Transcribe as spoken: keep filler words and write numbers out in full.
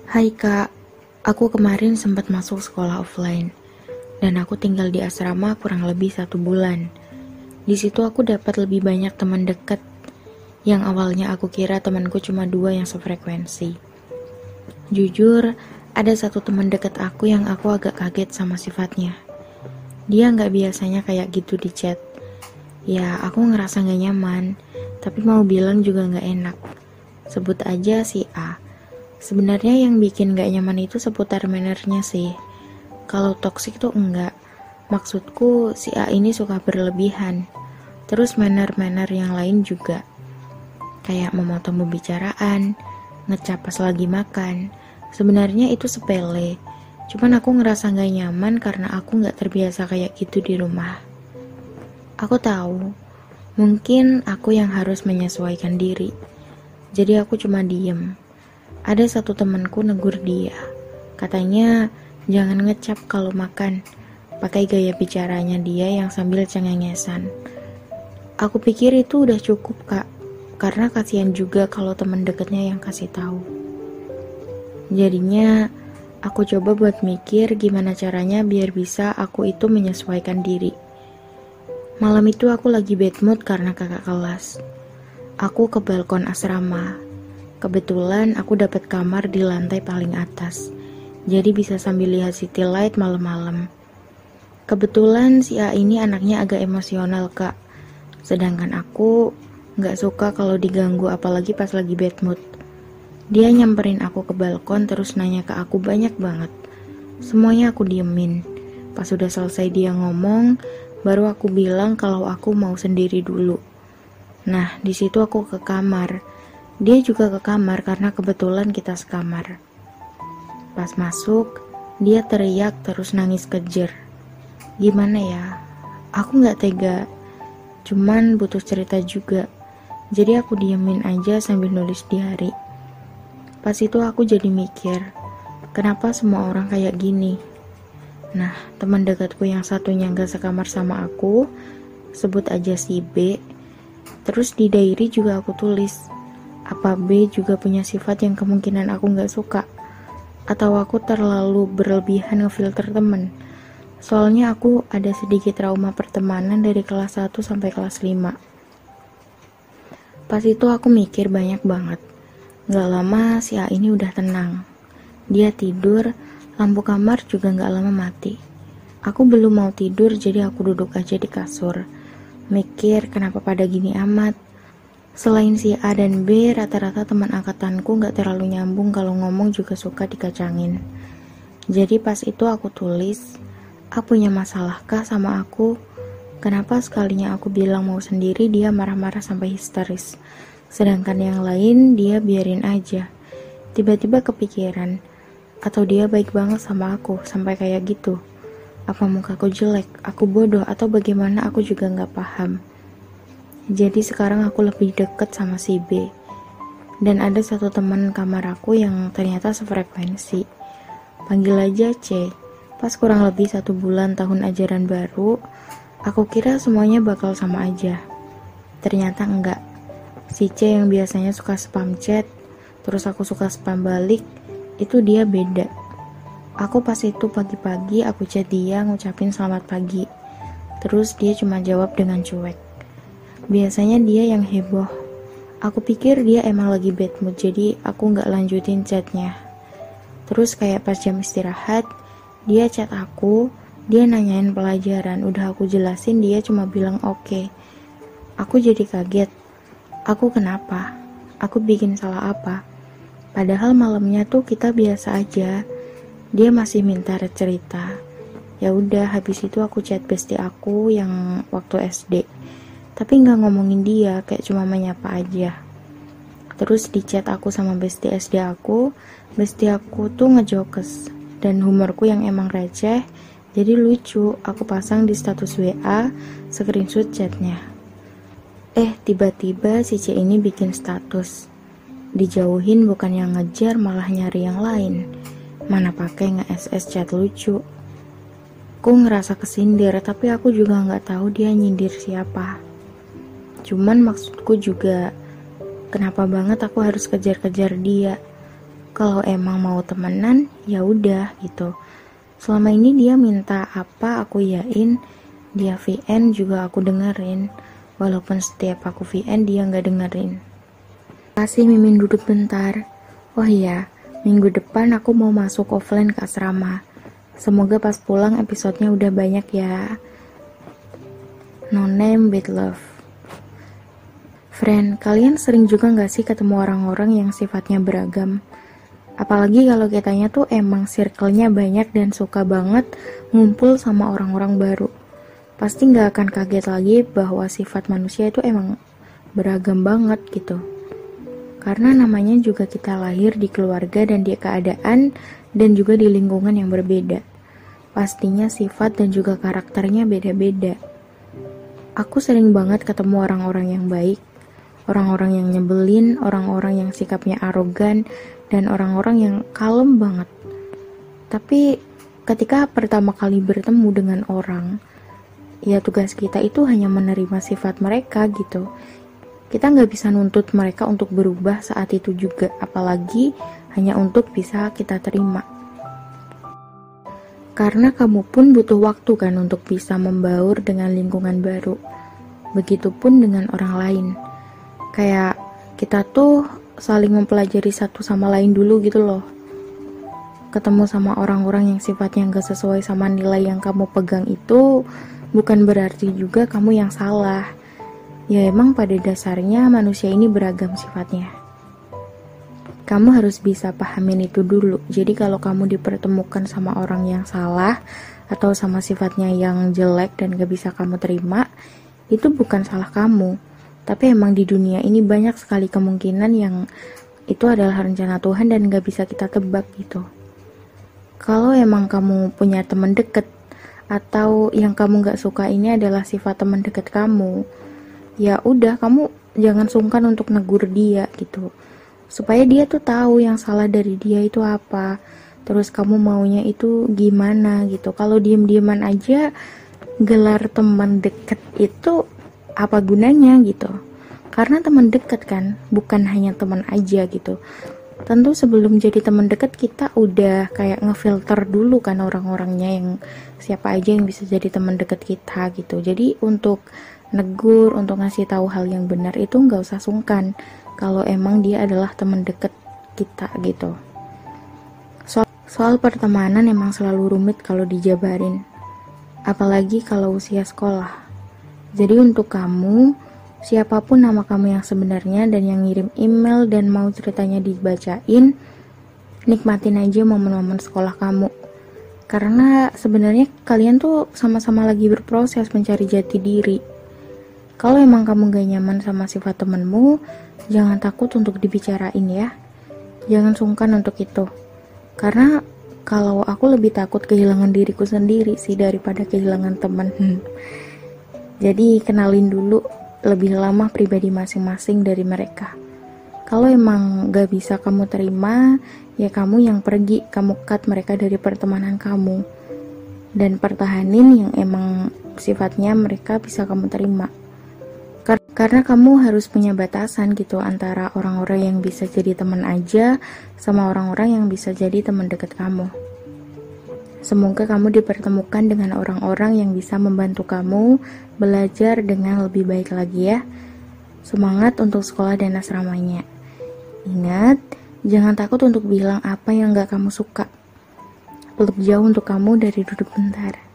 Hai kak, aku kemarin sempat masuk sekolah offline dan aku tinggal di asrama kurang lebih satu bulan. Di situ aku dapat lebih banyak teman dekat yang awalnya aku kira temanku cuma dua yang sefrekuensi. Jujur, ada satu teman dekat aku yang aku agak kaget sama sifatnya. Dia nggak biasanya kayak gitu di chat. Ya, aku ngerasa nggak nyaman, tapi mau bilang juga nggak enak. Sebut aja si A. Sebenarnya yang bikin gak nyaman itu seputar mannernya sih. Kalau toksik tuh enggak. Maksudku si A ini suka berlebihan. Terus manner-manner yang lain juga. Kayak memotong pembicaraan, ngecap pas lagi makan. Sebenarnya itu sepele. Cuman aku ngerasa gak nyaman karena aku gak terbiasa kayak gitu di rumah. Aku tahu, mungkin aku yang harus menyesuaikan diri. Jadi aku cuma diem. Ada satu temanku negur dia. Katanya jangan ngecap kalau makan. Pakai gaya bicaranya dia yang sambil cengengesan. Aku pikir itu udah cukup kak. Karena kasihan juga kalau teman dekatnya yang kasih tahu. Jadinya aku coba buat mikir gimana caranya biar bisa aku itu menyesuaikan diri. Malam itu aku lagi bad mood karena kakak kelas. Aku ke balkon asrama. Kebetulan aku dapat kamar di lantai paling atas, jadi bisa sambil lihat city light malam-malam. Kebetulan si A ini anaknya agak emosional kak, sedangkan aku gak suka kalau diganggu apalagi pas lagi bad mood. Dia nyamperin aku ke balkon terus nanya ke aku banyak banget. Semuanya aku diemin. Pas udah selesai dia ngomong, baru aku bilang kalau aku mau sendiri dulu. Nah, di situ aku ke kamar. Dia juga ke kamar karena kebetulan kita sekamar. Pas masuk, dia teriak terus nangis kejer. Gimana ya? Aku gak tega. Cuman butuh cerita juga. Jadi aku diemin aja sambil nulis diary. Pas itu aku jadi mikir, kenapa semua orang kayak gini? Nah, teman dekatku yang satunya gak sekamar sama aku, sebut aja si B. Terus di diary juga aku tulis, apa B juga punya sifat yang kemungkinan aku gak suka? Atau aku terlalu berlebihan ngefilter temen? Soalnya aku ada sedikit trauma pertemanan dari kelas satu sampai kelas lima. Pas itu aku mikir banyak banget. Gak lama si A ini udah tenang. Dia tidur, lampu kamar juga gak lama mati. Aku belum mau tidur jadi aku duduk aja di kasur. Mikir kenapa pada gini amat. Selain si A dan B, rata-rata teman angkatanku gak terlalu nyambung kalau ngomong juga suka dikacangin. Jadi pas itu aku tulis, A punya masalah kah sama aku? Kenapa sekalinya aku bilang mau sendiri dia marah-marah sampai histeris. Sedangkan yang lain dia biarin aja. Tiba-tiba kepikiran, atau dia baik banget sama aku sampai kayak gitu. Apa mukaku jelek, aku bodoh atau bagaimana aku juga gak paham. Jadi sekarang aku lebih deket sama si B. Dan ada satu teman kamar aku yang ternyata sefrekuensi. Panggil aja C. Pas kurang lebih satu bulan tahun ajaran baru, aku kira semuanya bakal sama aja. Ternyata enggak. Si C yang biasanya suka spam chat, terus aku suka spam balik, itu dia beda. Aku pas itu pagi-pagi aku chat dia ngucapin selamat pagi. Terus dia cuma jawab dengan cuek. Biasanya dia yang heboh. Aku pikir dia emang lagi bad mood, jadi aku gak lanjutin chatnya. Terus kayak pas jam istirahat, dia chat aku, dia nanyain pelajaran, udah aku jelasin dia cuma bilang oke. Okay. Aku jadi kaget. Aku kenapa? Aku bikin salah apa? Padahal malamnya tuh kita biasa aja. Dia masih minta cerita. Ya udah, habis itu aku chat bestie aku yang waktu S D. Tapi gak ngomongin dia, kayak cuma menyapa aja. Terus di chat aku sama bestie S D aku, bestie aku tuh ngejokes. Dan humorku yang emang receh, jadi lucu. Aku pasang di status W A, screenshot chatnya. Eh, tiba-tiba si C ini bikin status. Dijauhin bukan yang ngejar, malah nyari yang lain. Mana pakai nge-S S chat lucu. Aku ngerasa kesindir, tapi aku juga gak tahu dia nyindir siapa. Cuman maksudku juga, kenapa banget aku harus kejar-kejar dia? kalau emang mau temenan ya udah gitu. Selama ini dia minta apa aku yain, dia V N juga aku dengerin, walaupun setiap aku V N dia nggak dengerin. Kasih Mimin duduk bentar. Oh iya, minggu depan aku mau masuk offline ke asrama. Semoga pas pulang episodenya udah banyak ya. No name with love. Friend, kalian sering juga gak sih ketemu orang-orang yang sifatnya beragam? Apalagi kalau kitanya tuh emang circle-nya banyak dan suka banget ngumpul sama orang-orang baru. Pasti gak akan kaget lagi bahwa sifat manusia itu emang beragam banget gitu. Karena namanya juga kita lahir di keluarga dan di keadaan dan juga di lingkungan yang berbeda. Pastinya sifat dan juga karakternya beda-beda. Aku sering banget ketemu orang-orang yang baik, orang-orang yang nyebelin, orang-orang yang sikapnya arogan, dan orang-orang yang kalem banget. Tapi ketika pertama kali bertemu dengan orang, ya tugas kita itu hanya menerima sifat mereka gitu. Kita nggak bisa nuntut mereka untuk berubah saat itu juga, apalagi hanya untuk bisa kita terima. Karena kamu pun butuh waktu kan untuk bisa membaur dengan lingkungan baru. Begitupun dengan orang lain. Kayak kita tuh saling mempelajari satu sama lain dulu gitu loh. Ketemu sama orang-orang yang sifatnya gak sesuai sama nilai yang kamu pegang itu bukan berarti juga kamu yang salah. Ya emang pada dasarnya manusia ini beragam sifatnya. Kamu harus bisa pahamin itu dulu. Jadi kalau kamu dipertemukan sama orang yang salah atau sama sifatnya yang jelek dan gak bisa kamu terima, itu bukan salah kamu. Tapi emang di dunia ini banyak sekali kemungkinan yang itu adalah rencana Tuhan dan gak bisa kita tebak gitu. Kalau emang kamu punya teman deket, atau yang kamu gak suka ini adalah sifat teman deket kamu, ya udah kamu jangan sungkan untuk negur dia gitu. Supaya dia tuh tahu yang salah dari dia itu apa. Terus kamu maunya itu gimana gitu. Kalau diem-dieman aja, gelar teman deket itu apa gunanya gitu. Karena teman deket kan bukan hanya teman aja gitu. Tentu sebelum jadi teman deket kita udah kayak ngefilter dulu kan orang-orangnya, yang siapa aja yang bisa jadi teman deket kita gitu. Jadi untuk negur, untuk ngasih tahu hal yang benar itu nggak usah sungkan kalau emang dia adalah teman deket kita gitu. Soal, soal pertemanan emang selalu rumit kalau dijabarin, apalagi kalau usia sekolah. Jadi untuk kamu, siapapun nama kamu yang sebenarnya dan yang ngirim email dan mau ceritanya dibacain, nikmatin aja momen-momen sekolah kamu. Karena sebenarnya kalian tuh sama-sama lagi berproses mencari jati diri. Kalau emang kamu gak nyaman sama sifat temenmu, jangan takut untuk dibicarain ya. Jangan sungkan untuk itu. Karena kalau aku lebih takut kehilangan diriku sendiri sih daripada kehilangan teman. Jadi kenalin dulu lebih lama pribadi masing-masing dari mereka. Kalau emang gak bisa kamu terima, ya kamu yang pergi, kamu cut mereka dari pertemanan kamu. Dan pertahanin yang emang sifatnya mereka bisa kamu terima. Karena kamu harus punya batasan gitu antara orang-orang yang bisa jadi teman aja sama orang-orang yang bisa jadi teman dekat kamu. Semoga kamu dipertemukan dengan orang-orang yang bisa membantu kamu belajar dengan lebih baik lagi ya. Semangat untuk sekolah dan asramanya. Ingat, jangan takut untuk bilang apa yang gak kamu suka. Peluk jauh untuk kamu dari duduk bentar.